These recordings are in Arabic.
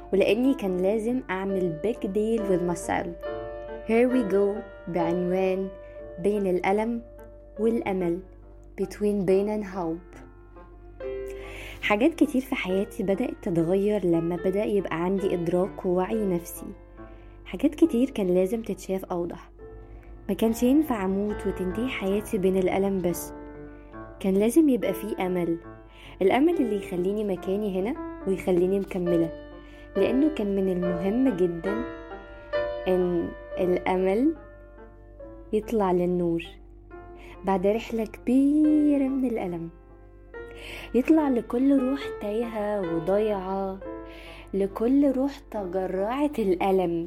ولأني كان لازم أعمل big deal with myself. Here we go بعنوان بين الألم والأمل between pain and hope. حاجات كتير في حياتي بدأت تتغير لما بدأ يبقى عندي إدراك ووعي نفسي. حاجات كتير كان لازم تتشاف أوضح. ما كانش ينفع أموت وتنتهي حياتي بين الألم بس. كان لازم يبقى فيه أمل، الأمل اللي يخليني مكاني هنا ويخليني مكملة، لأنه كان من المهم جدا أن الأمل يطلع للنور بعد رحلة كبيرة من الألم، يطلع لكل روح تايهة وضيعة، لكل روح تجرعت الألم،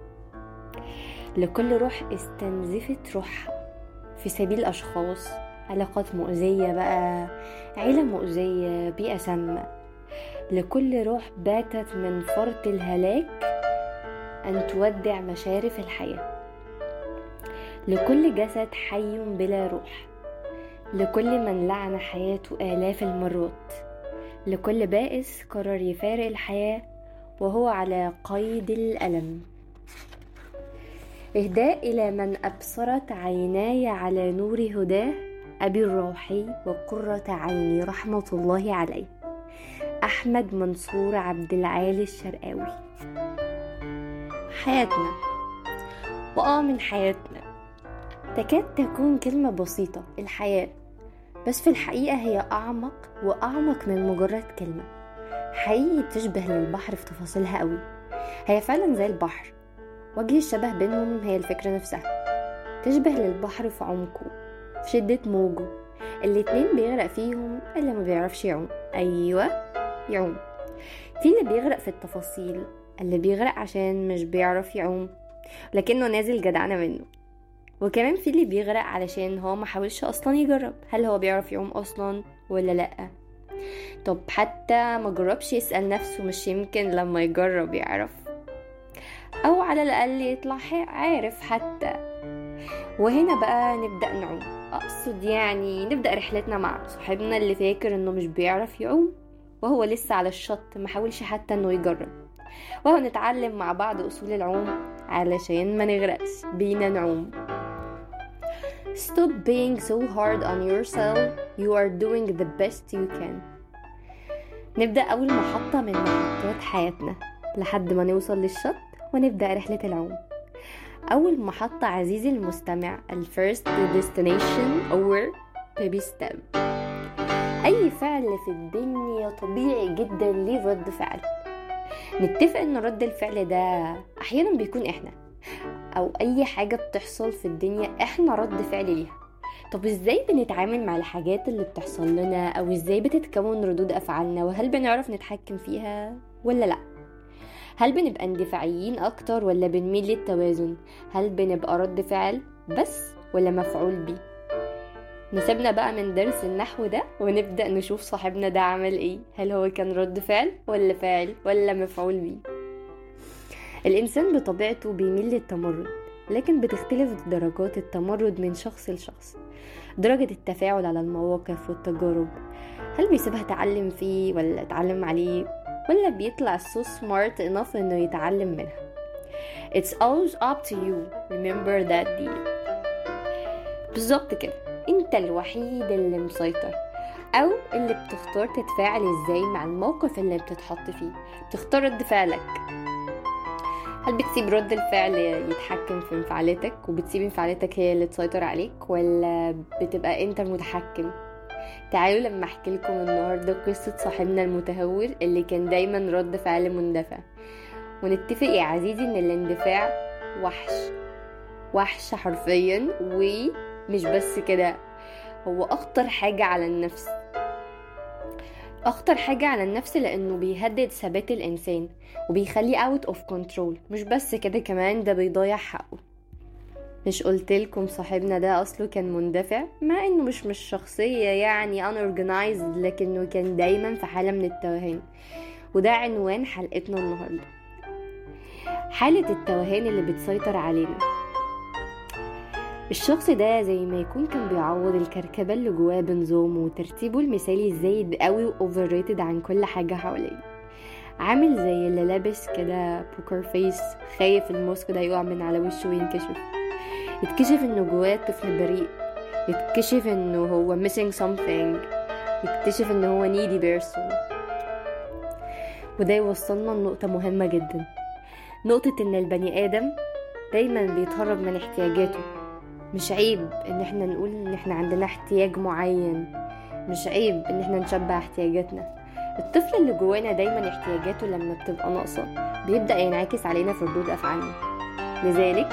لكل روح استنزفت روحها في سبيل أشخاص، علاقات مؤذية بقى، عيلة مؤذية، بيئة سامة، لكل روح باتت من فرط الهلاك أن تودع مشارف الحياة، لكل جسد حي بلا روح، لكل من لعن حياته آلاف المرات، لكل بائس قرر يفارق الحياة وهو على قيد الألم. إهداء إلى من أبصرت عيناي على نور هداه أبي الروحي وقرة عيني رحمة الله عليه، أحمد منصور عبد العالي الشرقاوي. حياتنا من حياتنا تكاد تكون كلمة بسيطة، الحياة، بس في الحقيقة هي أعمق وأعمق من مجرد كلمة. حقيقي تشبه للبحر في تفاصيلها قوي، هي فعلا زي البحر، وجه الشبه بينهم هي الفكرة نفسها. تشبه للبحر في عمقه، في شدة موجه، الاتنين بيغرق فيهم اللي ما بيعرفش يعوم. أيوة يعوم. في اللي بيغرق في التفاصيل، اللي بيغرق عشان مش بيعرف يعوم لكنه نازل جدعانة منه، وكمان في اللي بيغرق علشان هو ما حاولش اصلا يجرب هل هو بيعرف يعوم اصلا ولا لا. طب حتى ما جربش يسأل نفسه، مش يمكن لما يجرب يعرف، او على الاقل يطلع عارف حتى. وهنا بقى نبدأ نعوم، اقصد يعني نبدأ رحلتنا مع صاحبنا اللي فاكر انه مش بيعرف يعوم وهو لسه على الشط، ما حاولش حتى انه يجرب، وهو نتعلم مع بعض اصول العوم علشان ما نغرقش. بينا نعوم. Stop being so hard on yourself. You are doing the best you can. نبدأ أول محطة من محطات حياتنا لحد ما نوصل للشط ونبدأ رحلة العوم. أول محطة عزيزي المستمع، first destination or baby step. أي فعل في الدنيا طبيعي جدا ليه رد فعل. نتفق ان رد الفعل ده أحيانا بيكون إحنا، او اي حاجة بتحصل في الدنيا احنا رد فعل ليها. طب ازاي بنتعامل مع الحاجات اللي بتحصل لنا، او ازاي بتتكون ردود افعالنا، وهل بنعرف نتحكم فيها ولا لا؟ هل بنبقى اندفاعيين اكتر ولا بنميل للتوازن؟ هل بنبقى رد فعل بس ولا مفعول بيه؟ نسيبنا بقى من درس النحو ده ونبدأ نشوف صاحبنا ده عمل ايه، هل هو كان رد فعل ولا فاعل ولا مفعول بيه؟ الإنسان بطبيعته بيميل للتمرد، لكن بتختلف درجات التمرد من شخص لشخص. درجة التفاعل على المواقف والتجارب، هل بيسيبها تعلم فيه ولا تعلم عليه، ولا بيطلع so smart enough انه يتعلم منها. It's always up to you. Remember that deal. بالظبط كده، انت الوحيد اللي مسيطر، او اللي بتختار تتفاعل ازاي مع الموقف اللي بتتحط فيه. بتختار رد فعلك. هل بتسيب رد الفعل يتحكم في انفعالاتك وبتسيب انفعالاتك هي اللي تسيطر عليك، ولا بتبقى انت المتحكم؟ تعالوا لما احكي لكم النهارده قصة صاحبنا المتهور اللي كان دايما رد فعل مندفع، ونتفق يا عزيزي ان الاندفاع وحش حرفيا، ومش بس كده، هو اخطر حاجة على النفس. اخطر حاجة على النفس لانه بيهدد ثبات الانسان وبيخليه out of control. مش بس كده، كمان ده بيضيع حقه. مش قلتلكم صاحبنا ده اصله كان مندفع، مع انه مش شخصية يعني unorganized، لكنه كان دايما في حالة من التوهان. وده عنوان حلقتنا النهاردة، حالة التوهان اللي بتسيطر علينا. الشخص ده زي ما يكون كان بيعوض الكركبة اللي جواه بنظامه وترتيبه المثالي الزايد قوي و overrated عن كل حاجة حواليه. عامل زي اللي لابس كده بوكر فيس، خايف الماسك ده يقع من على وشه وينكشف، يتكشف انه جواه طفل بريء، يتكشف انه هو missing something، يكتشف انه هو needy person. وده يوصلنا لنقطة مهمة جدا، نقطة ان البني ادم دايما بيتهرب من احتياجاته. مش عيب ان احنا نقول ان احنا عندنا احتياج معين، مش عيب ان احنا نشبع احتياجاتنا. الطفل اللي جوانا دايما احتياجاته لما بتبقى ناقصة بيبدأ ينعكس علينا في ردود افعالنا. لذلك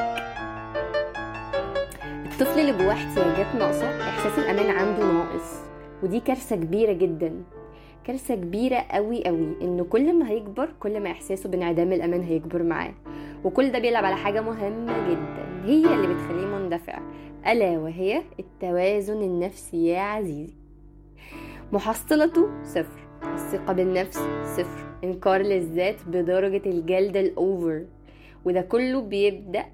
الطفل اللي جواه احتياجات ناقصة احساس الامان عنده ناقص، ودي كارثة كبيرة جدا، كارثة كبيرة قوي قوي، انه كل ما هيكبر كل ما احساسه بانعدام الامان هيكبر معاه. وكل ده بيلعب على حاجة مهمة جدا هي اللي بتخليه مندفع، ألا وهي التوازن النفسي يا عزيزي. محصلته 0، الثقة بالنفس 0، انكار للذات بدرجة الجلد الأوفر. وده كله بيبدأ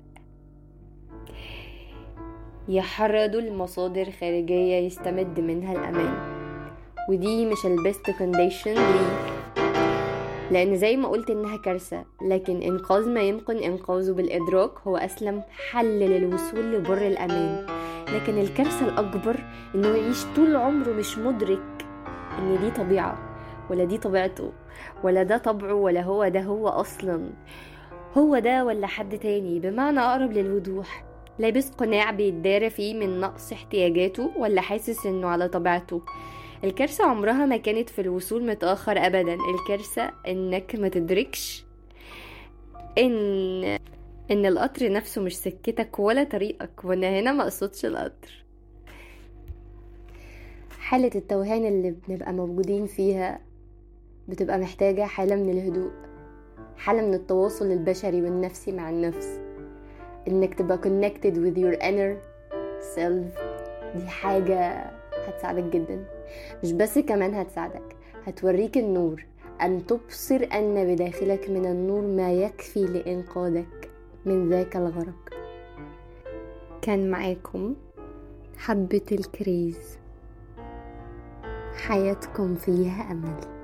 يحرضوا المصادر خارجية يستمد منها الأمان، ودي مش البست كونديشن ليه، لأن زي ما قلت إنها كارثة، لكن إنقاذ ما يمكن إنقاذه بالإدراك هو أسلم حل للوصول لبر الأمان. لكن الكارثة الأكبر إنه يعيش طول عمره مش مدرك إن دي طبيعة، ولا دي طبيعته، ولا ده طبعه، ولا هو ده هو أصلا، هو ده ولا حد تاني. بمعنى أقرب للوضوح، لابس قناع بيتدارى فيه من نقص احتياجاته، ولا حاسس إنه على طبيعته. الكارثة عمرها ما كانت في الوصول متأخر أبدا، الكارثة إنك ما تدركش إن القطر نفسه مش سكتك ولا طريقك. وأنا هنا ما أقصدش القطر. حالة التوهان اللي بنبقى موجودين فيها بتبقى محتاجة حالة من الهدوء، حالة من التواصل البشري والنفسي مع النفس، إنك تبقى connected with your inner self. دي حاجة هتساعدك جدا، مش بس كمان هتساعدك، هتوريك النور، أن تبصر أن بداخلك من النور ما يكفي لإنقاذك من ذاك الغرق. كان معاكم حبة الكريز، حياتكم فيها أمل.